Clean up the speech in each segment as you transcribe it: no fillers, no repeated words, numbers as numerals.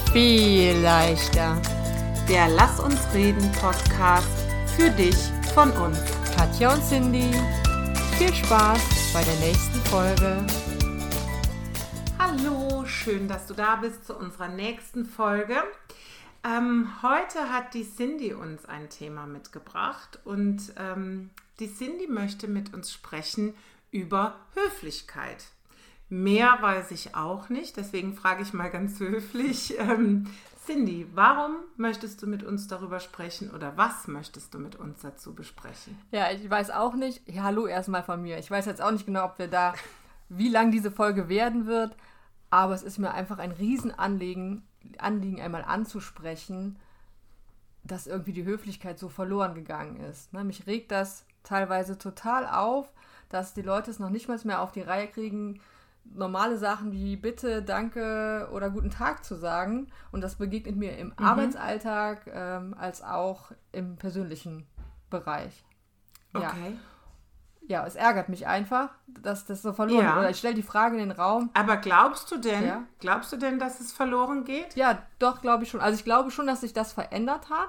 viel leichter. Der Lass uns reden Podcast für dich von uns. Katja und Cindy, viel Spaß bei der nächsten Folge. Hallo, schön, dass du da bist zu unserer nächsten Folge. Heute hat die Cindy uns ein Thema mitgebracht und die Cindy möchte mit uns sprechen über Höflichkeit. Mehr weiß ich auch nicht, deswegen frage ich mal ganz höflich, Cindy, warum möchtest du mit uns darüber sprechen oder was möchtest du mit uns dazu besprechen? Ja, ich weiß auch nicht. Ja, hallo erstmal von mir. Ich weiß jetzt auch nicht genau, wie lang diese Folge werden wird, aber es ist mir einfach ein Riesenanliegen, einmal anzusprechen, dass irgendwie die Höflichkeit so verloren gegangen ist. Mich regt das teilweise total auf, dass die Leute es noch nicht mal mehr auf die Reihe kriegen, normale Sachen wie Bitte, Danke oder Guten Tag zu sagen. Und das begegnet mir im Arbeitsalltag als auch im persönlichen Bereich. Okay. Ja, es ärgert mich einfach, dass das so verloren wird. Oder ich stelle die Frage in den Raum. Aber glaubst du denn, dass es verloren geht? Ja, doch, glaube ich schon. Also ich glaube schon, dass sich das verändert hat.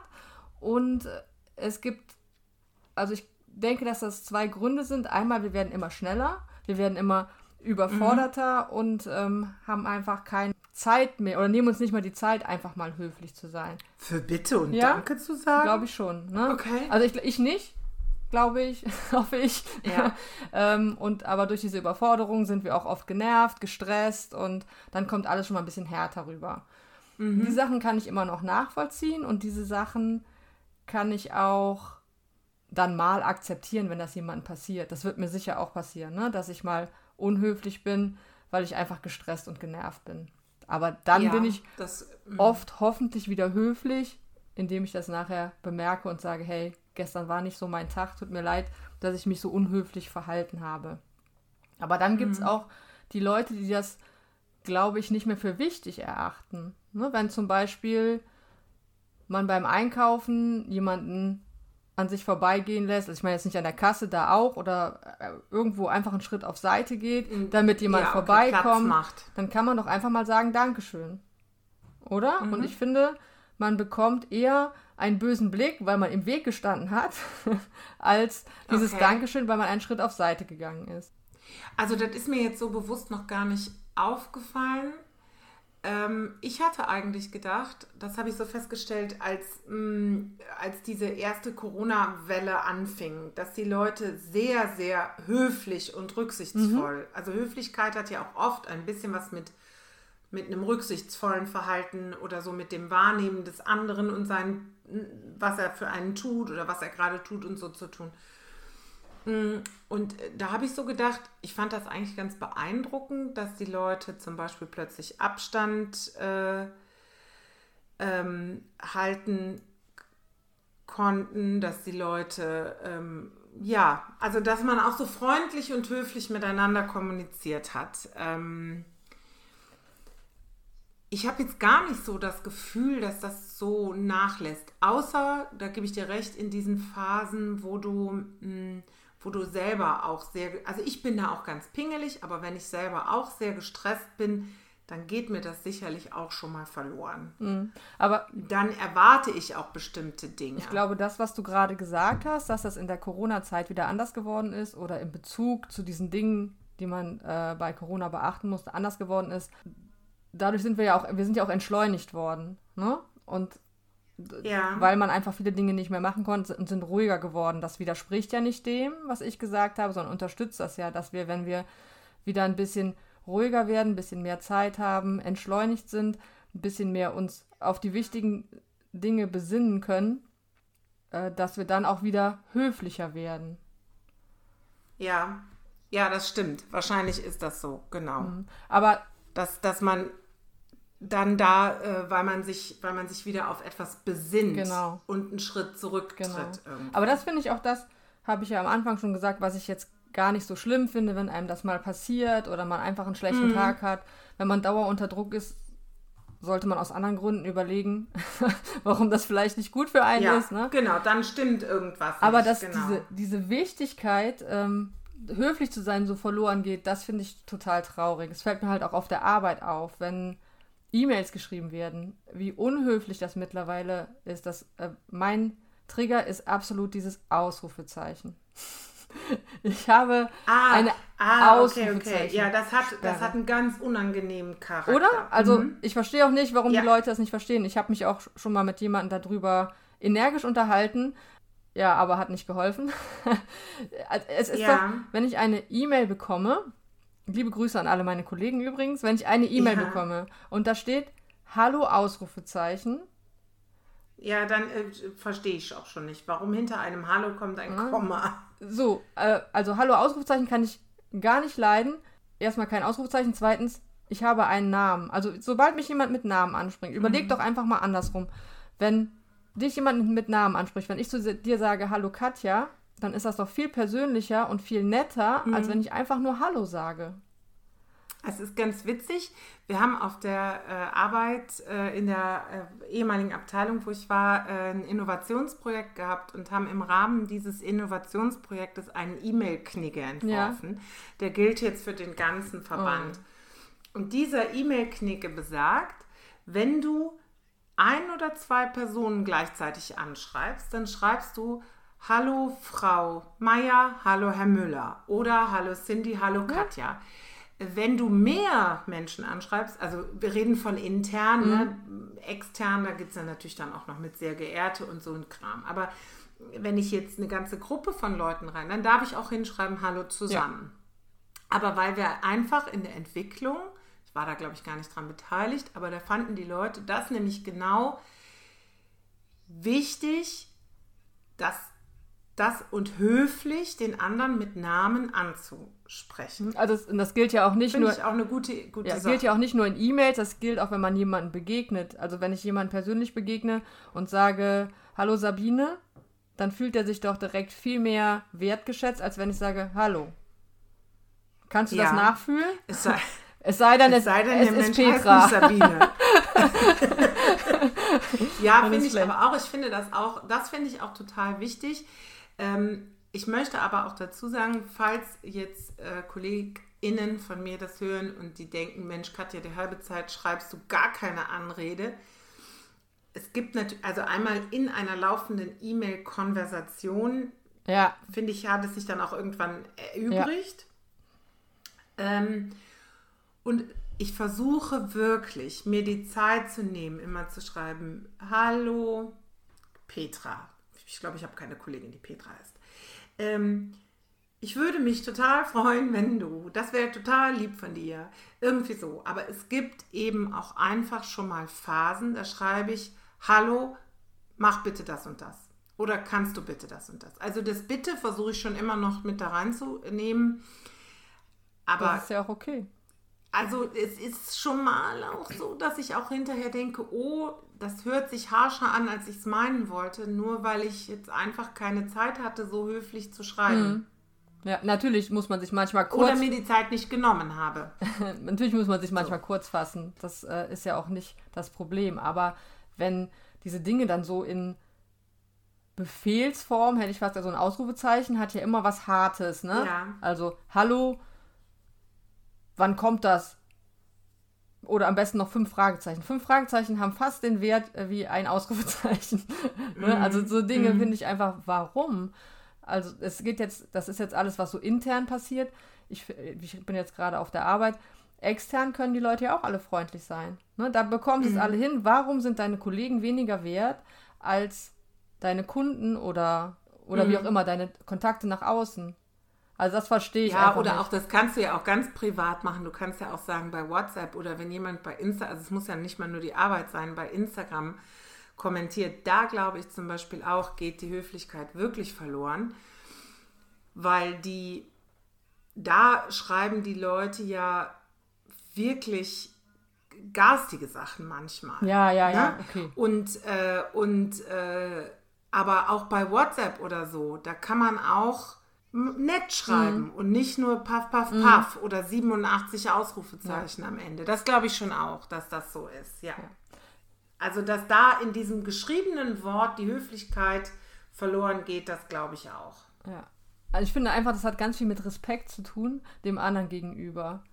Und es gibt, also ich denke, dass das zwei Gründe sind. Einmal, wir werden immer schneller, wir werden immer überforderter und haben einfach keine Zeit mehr oder nehmen uns nicht mal die Zeit, einfach mal höflich zu sein. Für Bitte und Danke zu sagen? Glaube ich schon. Ne? Okay. Also ich nicht. Glaube ich, hoffe ich. Ja. Aber durch diese Überforderung sind wir auch oft genervt, gestresst und dann kommt alles schon mal ein bisschen härter rüber. Die Sachen kann ich immer noch nachvollziehen und diese Sachen kann ich auch dann mal akzeptieren, wenn das jemandem passiert. Das wird mir sicher auch passieren, ne? Dass ich mal unhöflich bin, weil ich einfach gestresst und genervt bin. Aber dann bin ich oft hoffentlich wieder höflich, indem ich das nachher bemerke und sage, hey, gestern war nicht so mein Tag, tut mir leid, dass ich mich so unhöflich verhalten habe. Aber dann gibt es auch die Leute, die das, glaube ich, nicht mehr für wichtig erachten. Ne? Wenn zum Beispiel man beim Einkaufen jemanden an sich vorbeigehen lässt, also ich meine jetzt nicht an der Kasse, da auch, oder irgendwo einfach einen Schritt auf Seite geht, damit jemand vorbeikommt, dann kann man doch einfach mal sagen, Dankeschön. Oder? Und ich finde, man bekommt eher einen bösen Blick, weil man im Weg gestanden hat, als dieses Dankeschön, weil man einen Schritt auf Seite gegangen ist. Also das ist mir jetzt so bewusst noch gar nicht aufgefallen. Ich hatte eigentlich gedacht, das habe ich so festgestellt, als diese erste Corona-Welle anfing, dass die Leute sehr, sehr höflich und rücksichtsvoll, also Höflichkeit hat ja auch oft ein bisschen was mit einem rücksichtsvollen Verhalten oder so mit dem Wahrnehmen des anderen und was er für einen tut oder was er gerade tut und so zu tun. Und da habe ich so gedacht, ich fand das eigentlich ganz beeindruckend, dass die Leute zum Beispiel plötzlich Abstand halten konnten, dass die Leute, also dass man auch so freundlich und höflich miteinander kommuniziert hat. Ich habe jetzt gar nicht so das Gefühl, dass das so nachlässt. Außer, da gebe ich dir recht, in diesen Phasen, wo du selber auch also ich bin da auch ganz pingelig, aber wenn ich selber auch sehr gestresst bin, dann geht mir das sicherlich auch schon mal verloren. Aber dann erwarte ich auch bestimmte Dinge. Ich glaube, das, was du gerade gesagt hast, dass das in der Corona-Zeit wieder anders geworden ist oder in Bezug zu diesen Dingen, die man bei Corona beachten musste, anders geworden ist, dadurch sind wir ja auch entschleunigt worden, ne? Und weil man einfach viele Dinge nicht mehr machen konnte und sind ruhiger geworden. Das widerspricht ja nicht dem, was ich gesagt habe, sondern unterstützt das ja, dass wir, wenn wir wieder ein bisschen ruhiger werden, ein bisschen mehr Zeit haben, entschleunigt sind, ein bisschen mehr uns auf die wichtigen Dinge besinnen können, dass wir dann auch wieder höflicher werden. Ja, das stimmt. Wahrscheinlich ist das so, genau. Aber dass man dann weil man sich wieder auf etwas besinnt und einen Schritt zurücktritt. Irgendwie. Aber das finde ich auch, das habe ich ja am Anfang schon gesagt, was ich jetzt gar nicht so schlimm finde, wenn einem das mal passiert oder man einfach einen schlechten Tag hat. Wenn man dauernd unter Druck ist, sollte man aus anderen Gründen überlegen, warum das vielleicht nicht gut für einen ist. Ne? Genau, dann stimmt irgendwas nicht. Aber dass diese Wichtigkeit, höflich zu sein, so verloren geht, das finde ich total traurig. Es fällt mir halt auch auf der Arbeit auf, wenn E-Mails geschrieben werden, wie unhöflich das mittlerweile ist. Mein Trigger ist absolut dieses Ausrufezeichen. Ich habe eine Ausrufezeichen. Okay. Ja, das hat einen ganz unangenehmen Charakter. Oder? Also ich verstehe auch nicht, warum die Leute das nicht verstehen. Ich habe mich auch schon mal mit jemandem darüber energisch unterhalten. Ja, aber hat nicht geholfen. Es ist doch, wenn ich eine E-Mail bekomme, liebe Grüße an alle meine Kollegen übrigens, wenn ich eine E-Mail bekomme und da steht Hallo Ausrufezeichen. Ja, dann verstehe ich auch schon nicht, warum hinter einem Hallo kommt ein Komma. So, also Hallo Ausrufezeichen kann ich gar nicht leiden. Erstmal kein Ausrufezeichen. Zweitens, ich habe einen Namen. Also sobald mich jemand mit Namen anspricht, überleg doch einfach mal andersrum. Wenn dich jemand mit Namen anspricht, wenn ich zu dir sage Hallo Katja, dann ist das doch viel persönlicher und viel netter, als wenn ich einfach nur Hallo sage. Es ist ganz witzig. Wir haben auf der Arbeit in der ehemaligen Abteilung, wo ich war, ein Innovationsprojekt gehabt und haben im Rahmen dieses Innovationsprojektes einen E-Mail-Knigge entworfen. Ja. Der gilt jetzt für den ganzen Verband. Und dieser E-Mail-Knigge besagt, wenn du 1 oder 2 Personen gleichzeitig anschreibst, dann schreibst du Hallo Frau Meier, hallo Herr Müller oder Hallo Cindy, hallo Katja. Wenn du mehr Menschen anschreibst, also wir reden von intern, ne? Extern, da gibt es dann natürlich dann auch noch mit sehr geehrte und so ein Kram. Aber wenn ich jetzt eine ganze Gruppe von Leuten rein, dann darf ich auch hinschreiben, Hallo zusammen. Ja. Aber weil wir einfach in der Entwicklung, ich war da glaube ich gar nicht dran beteiligt, aber da fanden die Leute das nämlich genau wichtig, dass das und höflich den anderen mit Namen anzusprechen. Also das gilt ja auch nicht nur... Finde ich auch eine gute das Sache. Gilt ja auch nicht nur in E-Mails, das gilt auch, wenn man jemandem begegnet. Also wenn ich jemandem persönlich begegne und sage, Hallo Sabine, dann fühlt er sich doch direkt viel mehr wertgeschätzt, als wenn ich sage, Hallo. Kannst du das nachfühlen? Es sei denn, es der ist Mensch Petra. heißt nicht Sabine. Ja, finde ich aber auch. Ich finde das finde ich auch total wichtig. Ich möchte aber auch dazu sagen, falls jetzt KollegInnen von mir das hören und die denken, Mensch, Katja, die halbe Zeit schreibst du gar keine Anrede. Es gibt natürlich, also einmal in einer laufenden E-Mail-Konversation, finde ich, hat es sich dann auch irgendwann erübrigt. Ja. Und ich versuche wirklich, mir die Zeit zu nehmen, immer zu schreiben, Hallo Petra. Ich glaube, ich habe keine Kollegin, die Petra heißt. Ich würde mich total freuen, wenn das wäre total lieb von dir. Irgendwie so. Aber es gibt eben auch einfach schon mal Phasen, da schreibe ich, Hallo, mach bitte das und das. Oder kannst du bitte das und das. Also das Bitte versuche ich schon immer noch mit da reinzunehmen. Aber das ist ja auch okay. Also es ist schon mal auch so, dass ich auch hinterher denke, oh, das hört sich harscher an, als ich es meinen wollte, nur weil ich jetzt einfach keine Zeit hatte, so höflich zu schreiben. Ja, natürlich muss man sich manchmal kurz... Oder mir die Zeit nicht genommen habe. Natürlich muss man sich manchmal kurz fassen. Das ist ja auch nicht das Problem. Aber wenn diese Dinge dann so in Befehlsform, hätte ich fast, also ein Ausrufezeichen, hat ja immer was Hartes, ne? Ja. Also, Hallo, wann kommt das? Oder am besten noch 5 Fragezeichen. 5 Fragezeichen haben fast den Wert wie ein Ausrufezeichen. Ne? Also so Dinge finde ich einfach, warum? Also das ist jetzt alles, was so intern passiert. Ich bin jetzt gerade auf der Arbeit. Extern können die Leute ja auch alle freundlich sein. Ne? Da bekommen sie es alle hin. Warum sind deine Kollegen weniger wert als deine Kunden oder wie auch immer, deine Kontakte nach außen? Also das verstehe ich einfach oder nicht. auch, das kannst du ja auch ganz privat machen. Du kannst ja auch sagen, bei WhatsApp oder wenn jemand bei Instagram, also es muss ja nicht mal nur die Arbeit sein, bei Instagram kommentiert, da glaube ich zum Beispiel auch, geht die Höflichkeit wirklich verloren, weil da schreiben die Leute ja wirklich garstige Sachen manchmal. Ja, okay. Und aber auch bei WhatsApp oder so, da kann man auch nett schreiben und nicht nur paff, paff, paff oder 87 Ausrufezeichen am Ende. Das glaube ich schon auch, dass das so ist, ja. Also, dass da in diesem geschriebenen Wort die Höflichkeit verloren geht, das glaube ich auch. Ja. Also ich finde einfach, das hat ganz viel mit Respekt zu tun, dem anderen gegenüber.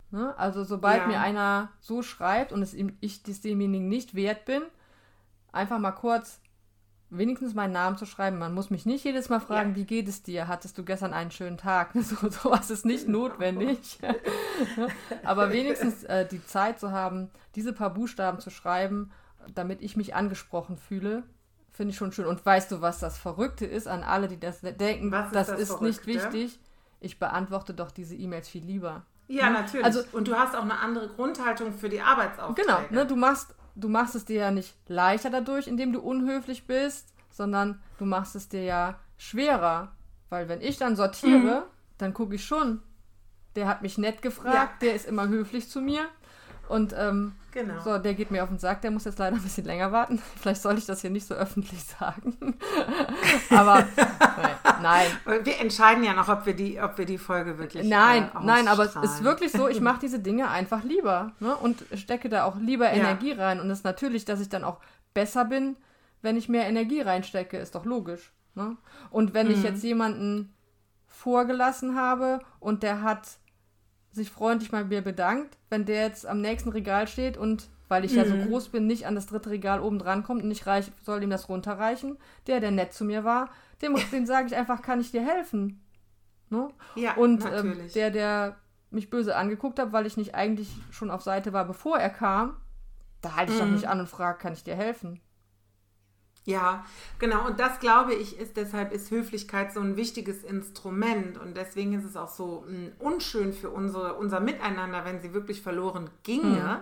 Ne? Also sobald mir einer so schreibt und ich demjenigen nicht wert bin, einfach mal kurz wenigstens meinen Namen zu schreiben. Man muss mich nicht jedes Mal fragen, wie geht es dir? Hattest du gestern einen schönen Tag? Sowas ist nicht notwendig. Aber wenigstens die Zeit zu haben, diese paar Buchstaben zu schreiben, damit ich mich angesprochen fühle, finde ich schon schön. Und weißt du, was das Verrückte ist an alle, die das denken, das ist nicht wichtig? Ich beantworte doch diese E-Mails viel lieber. Ja, natürlich. Also, und du hast auch eine andere Grundhaltung für die Arbeitsaufträge. Genau, ne, du machst es dir ja nicht leichter dadurch, indem du unhöflich bist, sondern du machst es dir ja schwerer. Weil wenn ich dann sortiere, dann gucke ich schon, der hat mich nett gefragt, der ist immer höflich zu mir. Und so, der geht mir auf den Sack, der muss jetzt leider ein bisschen länger warten. Vielleicht soll ich das hier nicht so öffentlich sagen. Aber nein. Wir entscheiden ja noch, ob wir die Folge wirklich Nein, aber es ist wirklich so, ich mache diese Dinge einfach lieber, ne? Und stecke da auch lieber Energie rein. Und es ist natürlich, dass ich dann auch besser bin, wenn ich mehr Energie reinstecke, ist doch logisch. Ne? Und wenn ich jetzt jemanden vorgelassen habe und der hat sich freundlich bei mir bedankt, wenn der jetzt am nächsten Regal steht und, weil ich ja so groß bin, nicht an das dritte Regal oben dran kommt und ich soll ihm das runterreichen, der nett zu mir war, dem sage ich einfach, kann ich dir helfen? Ne? Ja, und der mich böse angeguckt hat, weil ich nicht eigentlich schon auf Seite war, bevor er kam, da halte ich doch nicht an und frage, kann ich dir helfen? Ja, genau. Und das, glaube ich, deshalb ist Höflichkeit so ein wichtiges Instrument. Und deswegen ist es auch so unschön für unser Miteinander, wenn sie wirklich verloren ginge.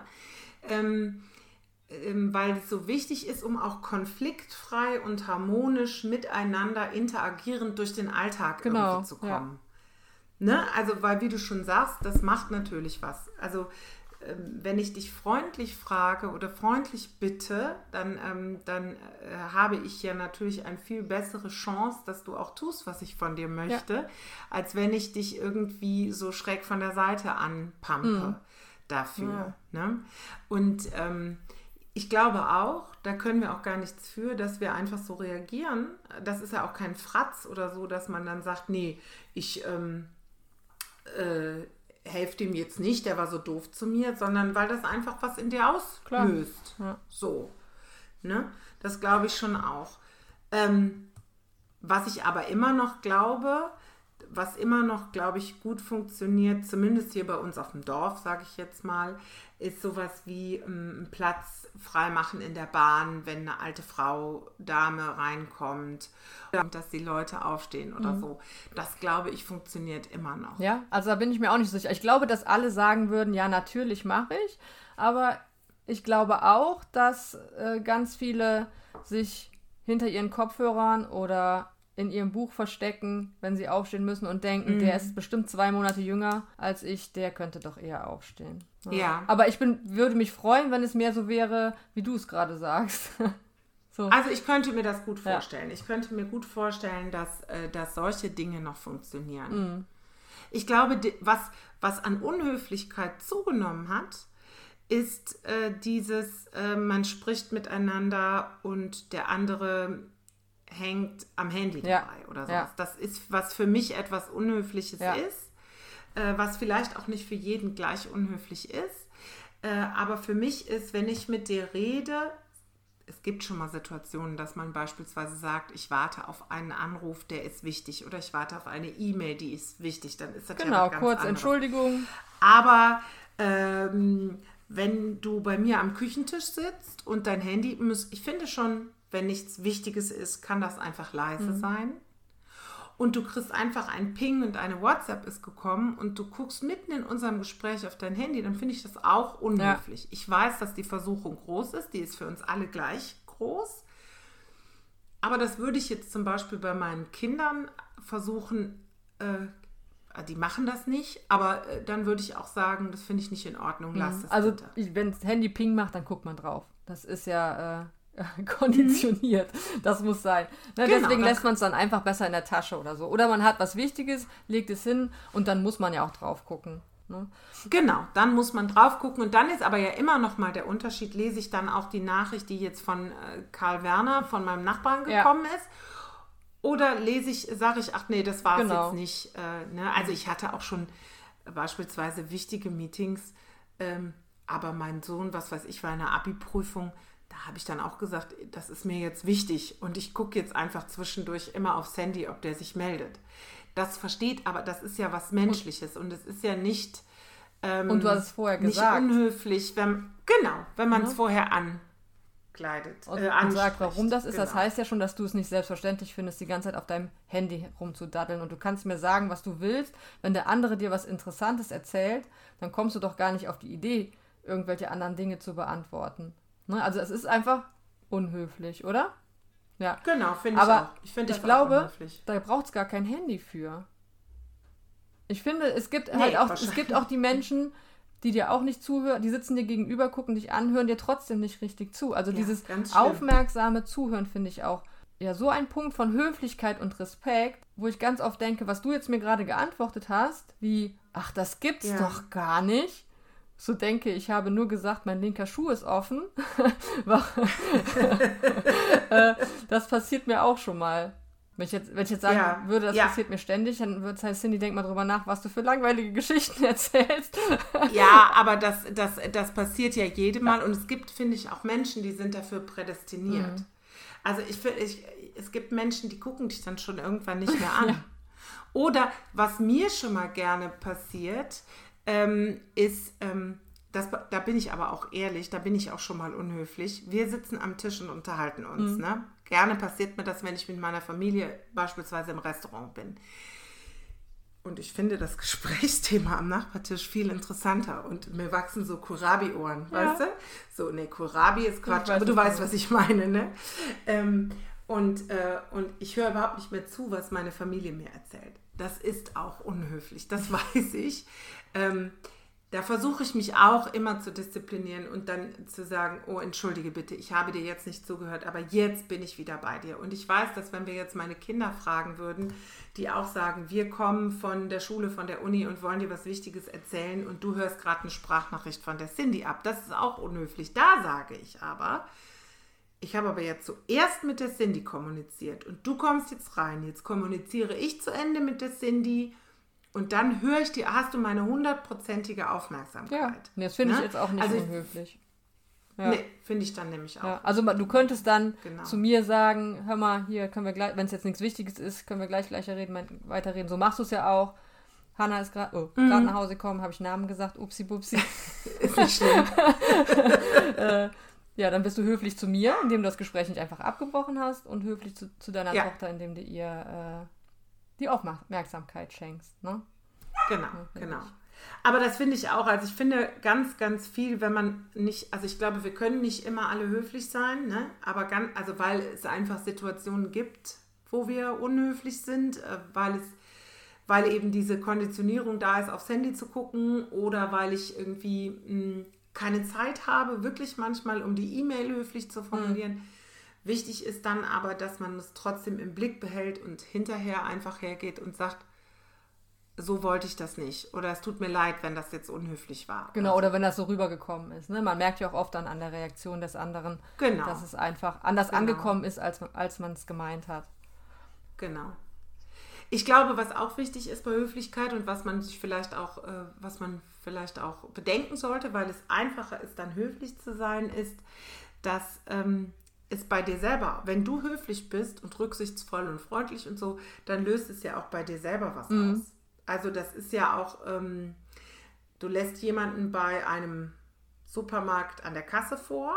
Weil es so wichtig ist, um auch konfliktfrei und harmonisch miteinander interagierend durch den Alltag irgendwie zu kommen. Ja. Ne? Also, weil, wie du schon sagst, das macht natürlich was. Also, wenn ich dich freundlich frage oder freundlich bitte, dann habe ich ja natürlich eine viel bessere Chance, dass du auch tust, was ich von dir möchte, als wenn ich dich irgendwie so schräg von der Seite anpampe dafür. Ja. Ne? Und ich glaube auch, da können wir auch gar nichts für, dass wir einfach so reagieren. Das ist ja auch kein Fratz oder so, dass man dann sagt, nee, ich helft ihm jetzt nicht, der war so doof zu mir, sondern weil das einfach was in dir auslöst. Ja. So. Ne? Das glaube ich schon auch. Was ich aber immer noch glaube, gut funktioniert, zumindest hier bei uns auf dem Dorf, sage ich jetzt mal, ist sowas wie einen Platz freimachen in der Bahn, wenn eine alte Dame reinkommt, dass die Leute aufstehen oder so. Das, glaube ich, funktioniert immer noch. Ja, also da bin ich mir auch nicht sicher. Ich glaube, dass alle sagen würden, ja, natürlich mache ich, aber ich glaube auch, dass ganz viele sich hinter ihren Kopfhörern oder in ihrem Buch verstecken, wenn sie aufstehen müssen und denken, der ist bestimmt 2 Monate jünger als ich, der könnte doch eher aufstehen. Ja. Aber würde mich freuen, wenn es mehr so wäre, wie du es gerade sagst. So. Also ich könnte mir das gut vorstellen. Ja. Ich könnte mir gut vorstellen, dass solche Dinge noch funktionieren. Ich glaube, was an Unhöflichkeit zugenommen hat, ist man spricht miteinander und der andere hängt am Handy dabei oder sowas. Ja. Das ist, was für mich etwas Unhöfliches ist, was vielleicht auch nicht für jeden gleich unhöflich ist. Aber für mich ist, wenn ich mit dir rede, es gibt schon mal Situationen, dass man beispielsweise sagt, ich warte auf einen Anruf, der ist wichtig, oder ich warte auf eine E-Mail, die ist wichtig, dann ist das ja was ganz kurz anderes. Entschuldigung. Aber wenn du bei mir am Küchentisch sitzt und dein Handy, ich finde schon, wenn nichts Wichtiges ist, kann das einfach leise sein. Und du kriegst einfach einen Ping und eine WhatsApp ist gekommen und du guckst mitten in unserem Gespräch auf dein Handy, dann finde ich das auch unhöflich. Ja. Ich weiß, dass die Versuchung groß ist, die ist für uns alle gleich groß. Aber das würde ich jetzt zum Beispiel bei meinen Kindern versuchen, die machen das nicht, aber dann würde ich auch sagen, das finde ich nicht in Ordnung, lass es also bitte. Wenn das Handy Ping macht, dann guckt man drauf. Das ist ja konditioniert. Das muss sein. Ne, genau, deswegen lässt man es dann einfach besser in der Tasche oder so. Oder man hat was Wichtiges, legt es hin und dann muss man ja auch drauf gucken. Ne? Genau, dann muss man drauf gucken und dann ist aber ja immer noch mal der Unterschied, lese ich dann auch die Nachricht, die jetzt von Karl Werner, von meinem Nachbarn gekommen ist, oder sage ich, ach nee, das war es jetzt nicht. Ne? Also ich hatte auch schon beispielsweise wichtige Meetings, aber mein Sohn, was weiß ich, war in einer Abi-Prüfung, da habe ich dann auch gesagt, das ist mir jetzt wichtig und ich gucke jetzt einfach zwischendurch immer aufs Handy, ob der sich meldet. Das versteht, aber das ist ja was Menschliches und es ist ja nicht, und du hast es vorher gesagt. Nicht unhöflich, wenn man es vorher ankleidet. Und sagt, warum das ist. Genau. Das heißt ja schon, dass du es nicht selbstverständlich findest, die ganze Zeit auf deinem Handy rumzudaddeln. Und du kannst mir sagen, was du willst. Wenn der andere dir was Interessantes erzählt, dann kommst du doch gar nicht auf die Idee, irgendwelche anderen Dinge zu beantworten. Ne? Also es ist einfach unhöflich, oder? Ja. Genau, finde ich auch. Ich glaube, unhöflich. Da braucht es gar kein Handy für. Ich finde, es gibt auch die Menschen, die dir auch nicht zuhören, die sitzen dir gegenüber, gucken dich an, hören dir trotzdem nicht richtig zu. Also dieses aufmerksame Zuhören finde ich auch so ein Punkt von Höflichkeit und Respekt, wo ich ganz oft denke, was du jetzt mir gerade geantwortet hast, wie, ach, das gibt's doch gar nicht. So denke ich, habe nur gesagt, mein linker Schuh ist offen. Das passiert mir auch schon mal. Wenn ich jetzt sagen würde, das passiert mir ständig, dann würde es heißen, Cindy, denk mal drüber nach, was du für langweilige Geschichten erzählst. Ja, aber das passiert ja jedem Mal und es gibt, finde ich, auch Menschen, die sind dafür prädestiniert. Also es gibt Menschen, die gucken dich dann schon irgendwann nicht mehr an. Oder was mir schon mal gerne passiert, ist, da bin ich aber auch ehrlich, da bin ich auch schon mal unhöflich. Wir sitzen am Tisch und unterhalten uns, ne? Gerne passiert mir das, wenn ich mit meiner Familie beispielsweise im Restaurant bin. Und ich finde das Gesprächsthema am Nachbartisch viel interessanter und mir wachsen so Kohlrabi-Ohren, weißt du? So, ne, Kohlrabi ist Quatsch, aber du weißt, was ich meine, ne? Und ich höre überhaupt nicht mehr zu, was meine Familie mir erzählt. Das ist auch unhöflich, das weiß ich. Da versuche ich mich auch immer zu disziplinieren und dann zu sagen, oh, entschuldige bitte, ich habe dir jetzt nicht zugehört, aber jetzt bin ich wieder bei dir. Und ich weiß, dass wenn wir jetzt meine Kinder fragen würden, die auch sagen, wir kommen von der Schule, von der Uni und wollen dir was Wichtiges erzählen und du hörst gerade eine Sprachnachricht von der Cindy ab. Das ist auch unhöflich. Da sage ich aber, ich habe aber jetzt zuerst mit der Cindy kommuniziert und du kommst jetzt rein. Jetzt kommuniziere ich zu Ende mit der Cindy. Und dann höre ich dir, hast du meine 100%ige Aufmerksamkeit. Ja, das finde ich jetzt auch nicht unhöflich. Ja. Nee, finde ich dann nämlich auch. Ja, also du könntest dann zu mir sagen, hör mal, hier können wir gleich, wenn es jetzt nichts Wichtiges ist, können wir gleich weiterreden. So machst du es ja auch. Hanna ist gerade nach Hause gekommen, habe ich Namen gesagt, upsi bupsi. Ist nicht schlimm. Ja, dann bist du höflich zu mir, indem du das Gespräch nicht einfach abgebrochen hast und höflich zu deiner Tochter, indem du ihr die Aufmerksamkeit schenkst, ne? Genau. Aber das finde ich auch, also ich finde ganz, ganz viel, wenn man nicht, also ich glaube, wir können nicht immer alle höflich sein, ne? Aber weil es einfach Situationen gibt, wo wir unhöflich sind, weil eben diese Konditionierung da ist, aufs Handy zu gucken oder weil ich irgendwie keine Zeit habe, wirklich manchmal, um die E-Mail höflich zu formulieren. Wichtig ist dann aber, dass man es trotzdem im Blick behält und hinterher einfach hergeht und sagt, so wollte ich das nicht. Oder es tut mir leid, wenn das jetzt unhöflich war. Genau, oder wenn das so rübergekommen ist. Ne? Man merkt ja auch oft dann an der Reaktion des anderen, dass es einfach anders angekommen ist, als man es gemeint hat. Genau. Ich glaube, was auch wichtig ist bei Höflichkeit und was man vielleicht auch bedenken sollte, weil es einfacher ist, dann höflich zu sein, ist, dass ist bei dir selber, wenn du höflich bist und rücksichtsvoll und freundlich und so, dann löst es ja auch bei dir selber was aus. Also das ist ja auch, du lässt jemanden bei einem Supermarkt an der Kasse vor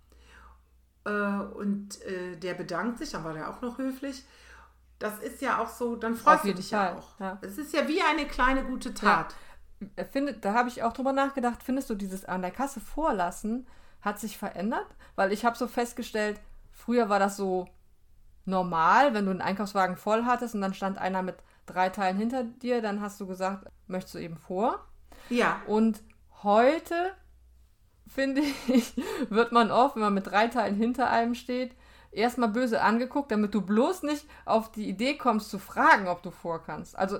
und der bedankt sich, dann war der auch noch höflich. Das ist ja auch so, dann freust du dich ja auch. Ja. Es ist ja wie eine kleine gute Tat. Ja. Da habe ich auch drüber nachgedacht, findest du dieses an der Kasse vorlassen, hat sich verändert? Weil ich habe so festgestellt, früher war das so normal, wenn du einen Einkaufswagen voll hattest und dann stand einer mit 3 Teilen hinter dir, dann hast du gesagt, möchtest du eben vor? Ja. Und heute, finde ich, wird man oft, wenn man mit 3 Teilen hinter einem steht, erstmal böse angeguckt, damit du bloß nicht auf die Idee kommst zu fragen, ob du vor kannst. Also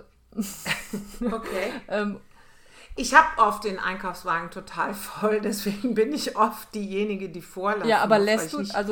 okay. Ich habe oft den Einkaufswagen total voll, deswegen bin ich oft diejenige, die vorlassen. Ja, aber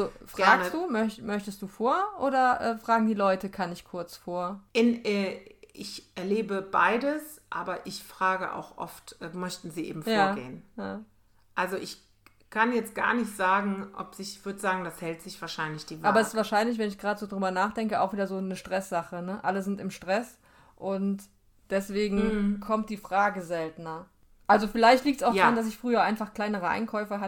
fragst du, möchtest du vor oder fragen die Leute, kann ich kurz vor? ich erlebe beides, aber ich frage auch oft, möchten Sie eben vorgehen? Ja. Also ich kann jetzt gar nicht sagen, ich würde sagen, das hält sich wahrscheinlich die Waage. Aber es ist wahrscheinlich, wenn ich gerade so drüber nachdenke, auch wieder so eine Stresssache, ne? Alle sind im Stress und deswegen kommt die Frage seltener. Also vielleicht liegt es auch daran, dass ich früher einfach öfter kleinere Einkäufe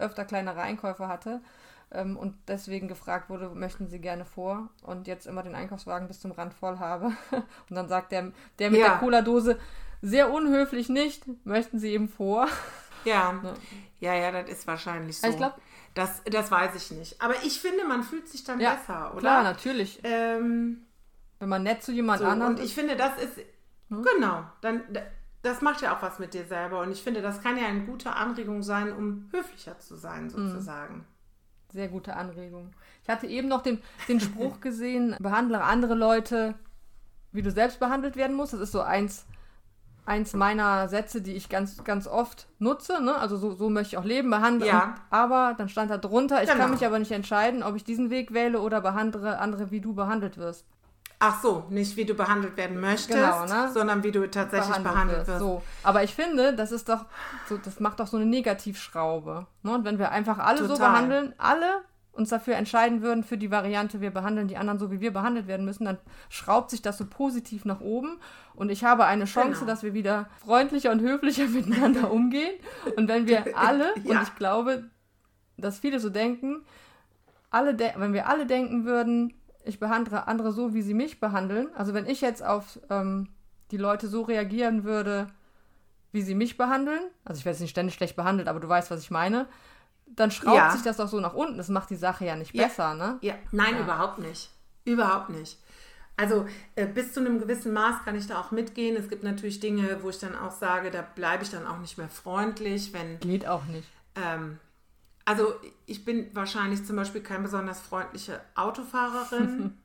hatte und deswegen gefragt wurde, möchten Sie gerne vor? Und jetzt immer den Einkaufswagen bis zum Rand voll habe. Und dann sagt der mit der Cola-Dose sehr unhöflich nicht, möchten Sie eben vor? Ja, das ist wahrscheinlich so. Also ich glaube, das weiß ich nicht. Aber ich finde, man fühlt sich dann besser, oder? Klar, natürlich. Wenn man nett zu jemand anderem und ich finde, das ist, genau, das macht ja auch was mit dir selber. Und ich finde, das kann ja eine gute Anregung sein, um höflicher zu sein, sozusagen. Sehr gute Anregung. Ich hatte eben noch den Spruch gesehen, behandle andere Leute, wie du selbst behandelt werden musst. Das ist so eins meiner Sätze, die ich ganz, ganz oft nutze. Ne? Also so möchte ich auch leben, behandle. Aber dann stand da drunter, ich kann mich aber nicht entscheiden, ob ich diesen Weg wähle oder behandle andere, wie du behandelt wirst. Ach so, nicht wie du behandelt werden möchtest, sondern wie du tatsächlich behandelt wirst. So. Aber ich finde, das ist doch, das macht doch so eine Negativschraube. Ne? Und wenn wir einfach alle so behandeln, alle uns dafür entscheiden würden, für die Variante, wir behandeln die anderen so, wie wir behandelt werden müssen, dann schraubt sich das so positiv nach oben und ich habe eine Chance, dass wir wieder freundlicher und höflicher miteinander umgehen. Und wenn wir alle, und ich glaube, dass viele so denken, wenn wir alle denken würden, ich behandle andere so, wie sie mich behandeln, also wenn ich jetzt auf die Leute so reagieren würde, wie sie mich behandeln, also ich werde jetzt nicht ständig schlecht behandelt, aber du weißt, was ich meine, dann schraubt sich das doch so nach unten. Das macht die Sache ja nicht besser, ne? Ja, nein, überhaupt nicht. Überhaupt nicht. Also bis zu einem gewissen Maß kann ich da auch mitgehen. Es gibt natürlich Dinge, wo ich dann auch sage, da bleibe ich dann auch nicht mehr freundlich. Geht auch nicht. Also ich bin wahrscheinlich zum Beispiel keine besonders freundliche Autofahrerin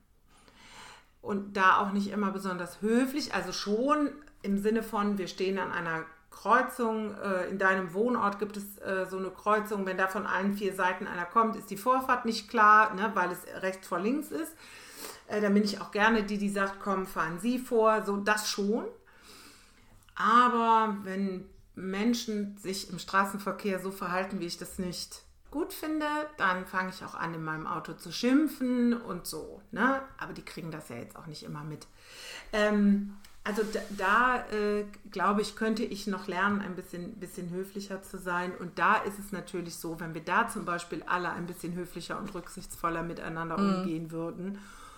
und da auch nicht immer besonders höflich. Also schon im Sinne von, wir stehen an einer Kreuzung, in deinem Wohnort gibt es so eine Kreuzung, wenn da von allen 4 Seiten einer kommt, ist die Vorfahrt nicht klar, ne, weil es rechts vor links ist. Dann bin ich auch gerne die sagt, komm, fahren Sie vor, so das schon. Aber wenn Menschen sich im Straßenverkehr so verhalten, wie ich das nicht gut finde, dann fange ich auch an, in meinem Auto zu schimpfen und so. Ne? Aber die kriegen das ja jetzt auch nicht immer mit. Also da glaube ich, könnte ich noch lernen, ein bisschen höflicher zu sein. Und da ist es natürlich so, wenn wir da zum Beispiel alle ein bisschen höflicher und rücksichtsvoller miteinander umgehen würden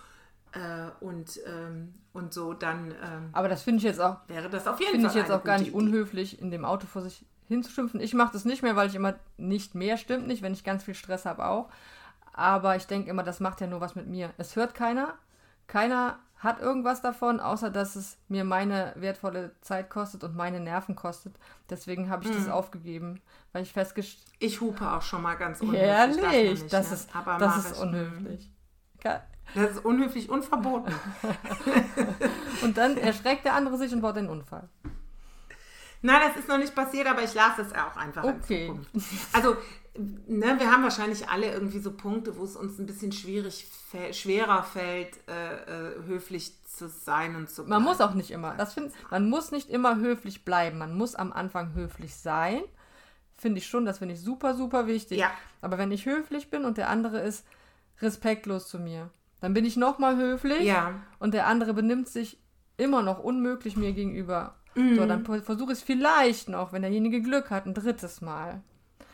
und so, dann aber das finde ich jetzt auch, wäre das auf jeden Fall jetzt auch gar nicht unhöflich, in dem Auto vor sich hinzuschimpfen. Ich mache das nicht mehr, weil ich immer nicht mehr, stimmt nicht, wenn ich ganz viel Stress habe auch. Aber ich denke immer, das macht ja nur was mit mir. Es hört keiner. Keiner hat irgendwas davon, außer dass es mir meine wertvolle Zeit kostet und meine Nerven kostet. Deswegen habe ich das aufgegeben, weil ich festgestellt... Ich hupe auch schon mal ganz unhöflich. Ehrlich? Das ne? ist unhöflich. Das ist unhöflich und verboten. Und dann erschreckt der andere sich und baut einen Unfall. Nein, das ist noch nicht passiert, aber ich lasse es auch einfach in Zukunft. Also, ne, wir haben wahrscheinlich alle irgendwie so Punkte, wo es uns ein bisschen schwerer fällt, höflich zu sein und zu bleiben. Man muss auch nicht immer. Man muss nicht immer höflich bleiben. Man muss am Anfang höflich sein. Finde ich schon, das finde ich super, super wichtig. Ja. Aber wenn ich höflich bin und der andere ist respektlos zu mir, dann bin ich nochmal höflich und der andere benimmt sich immer noch unmöglich mir gegenüber. So, dann versuche ich es vielleicht noch, wenn derjenige Glück hat, ein 3. Mal.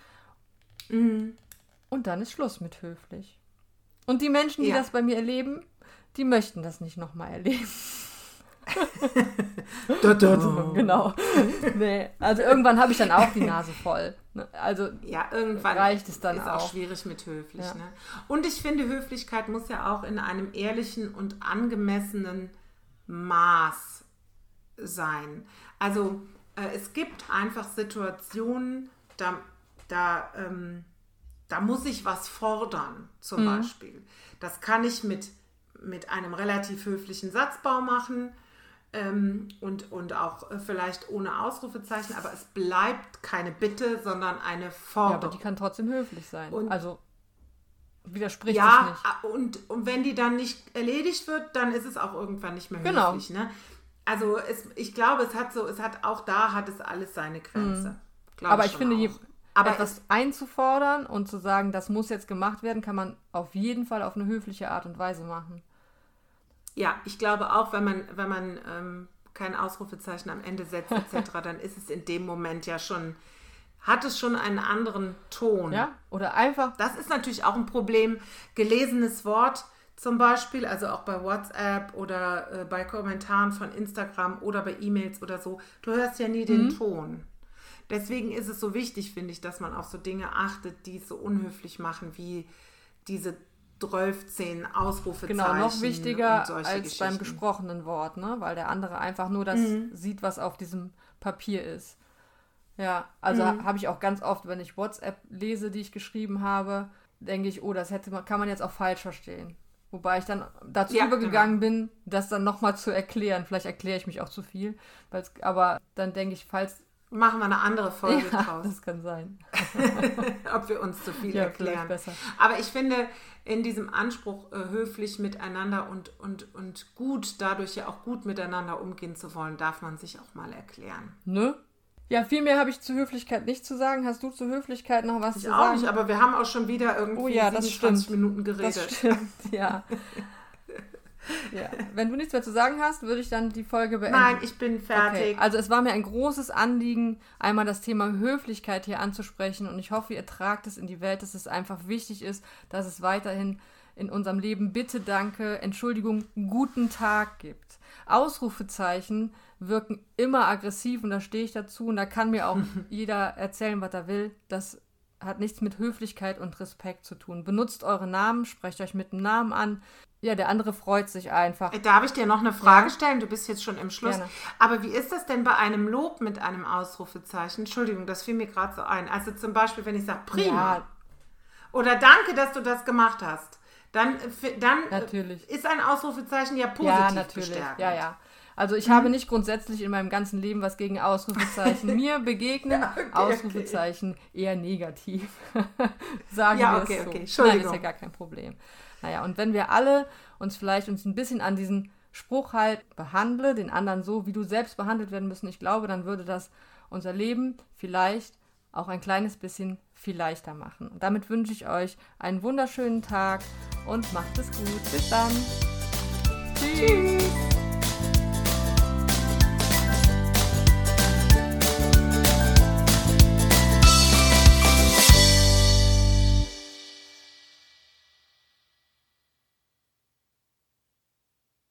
Und dann ist Schluss mit höflich. Und die Menschen, die das bei mir erleben, die möchten das nicht nochmal erleben. Genau. Nee, also irgendwann habe ich dann auch die Nase voll. Also irgendwann reicht es dann ist auch schwierig mit höflich. Ja. Ne? Und ich finde, Höflichkeit muss ja auch in einem ehrlichen und angemessenen Maß sein. Also es gibt einfach Situationen, da muss ich was fordern, zum Beispiel. Das kann ich mit einem relativ höflichen Satzbau machen und auch vielleicht ohne Ausrufezeichen, aber es bleibt keine Bitte, sondern eine Forderung. Ja, aber die kann trotzdem höflich sein. Also widerspricht sich nicht. Und wenn die dann nicht erledigt wird, dann ist es auch irgendwann nicht mehr höflich. Ne? ich glaube, hat es alles seine Grenze. Aber ich finde, etwas einzufordern und zu sagen, das muss jetzt gemacht werden, kann man auf jeden Fall auf eine höfliche Art und Weise machen. Ja, ich glaube auch, wenn man kein Ausrufezeichen am Ende setzt etc., dann ist es in dem Moment hat es schon einen anderen Ton. Ja, oder einfach... Das ist natürlich auch ein Problem. Gelesenes Wort zum Beispiel, also auch bei WhatsApp oder bei Kommentaren von Instagram oder bei E-Mails oder so, du hörst ja nie den Ton. Deswegen ist es so wichtig, finde ich, dass man auf so Dinge achtet, die es so unhöflich machen, wie diese 12 Ausrufezeichen. Genau, noch wichtiger als beim gesprochenen Wort, ne? Weil der andere einfach nur das sieht, was auf diesem Papier ist. Ja, also habe ich auch ganz oft, wenn ich WhatsApp lese, die ich geschrieben habe, denke ich, das kann man jetzt auch falsch verstehen. Wobei ich dann dazu übergegangen bin, das dann nochmal zu erklären. Vielleicht erkläre ich mich auch zu viel, aber dann denke ich, machen wir eine andere Folge draus. Das kann sein. Ob wir uns zu viel erklären. Besser. Aber ich finde, in diesem Anspruch, höflich miteinander und gut, dadurch ja auch gut miteinander umgehen zu wollen, darf man sich auch mal erklären. Ne? Ja, viel mehr habe ich zur Höflichkeit nicht zu sagen. Hast du zur Höflichkeit noch was zu sagen? Ich auch nicht, aber wir haben auch schon wieder irgendwie 27 Minuten geredet. Das stimmt, ja. Ja. Wenn du nichts mehr zu sagen hast, würde ich dann die Folge beenden. Nein, ich bin fertig. Okay. Also es war mir ein großes Anliegen, einmal das Thema Höflichkeit hier anzusprechen und ich hoffe, ihr tragt es in die Welt, dass es einfach wichtig ist, dass es weiterhin in unserem Leben Bitte, Danke, Entschuldigung, guten Tag gibt. Ausrufezeichen wirken immer aggressiv und da stehe ich dazu und da kann mir auch jeder erzählen, was er will. Das hat nichts mit Höflichkeit und Respekt zu tun. Benutzt eure Namen, sprecht euch mit dem Namen an. Ja, der andere freut sich einfach. Darf ich dir noch eine Frage stellen? Du bist jetzt schon im Schluss. Gerne. Aber wie ist das denn bei einem Lob mit einem Ausrufezeichen? Entschuldigung, das fiel mir gerade so ein. Also zum Beispiel, wenn ich sage, prima. Oder danke, dass du das gemacht hast. Dann natürlich. Ist ein Ausrufezeichen ja positiv bestärkend. Ja. Also ich habe nicht grundsätzlich in meinem ganzen Leben was gegen Ausrufezeichen. Mir begegnen Ausrufezeichen eher negativ. Sagen wir es so. Entschuldigung. Nein, ist ja gar kein Problem. Naja, und wenn wir alle uns ein bisschen an diesen Spruch halt behandle, den anderen so, wie du selbst behandelt werden müssen, ich glaube, dann würde das unser Leben vielleicht auch ein kleines bisschen viel leichter machen. Und damit wünsche ich euch einen wunderschönen Tag und macht es gut. Bis dann. Tschüss.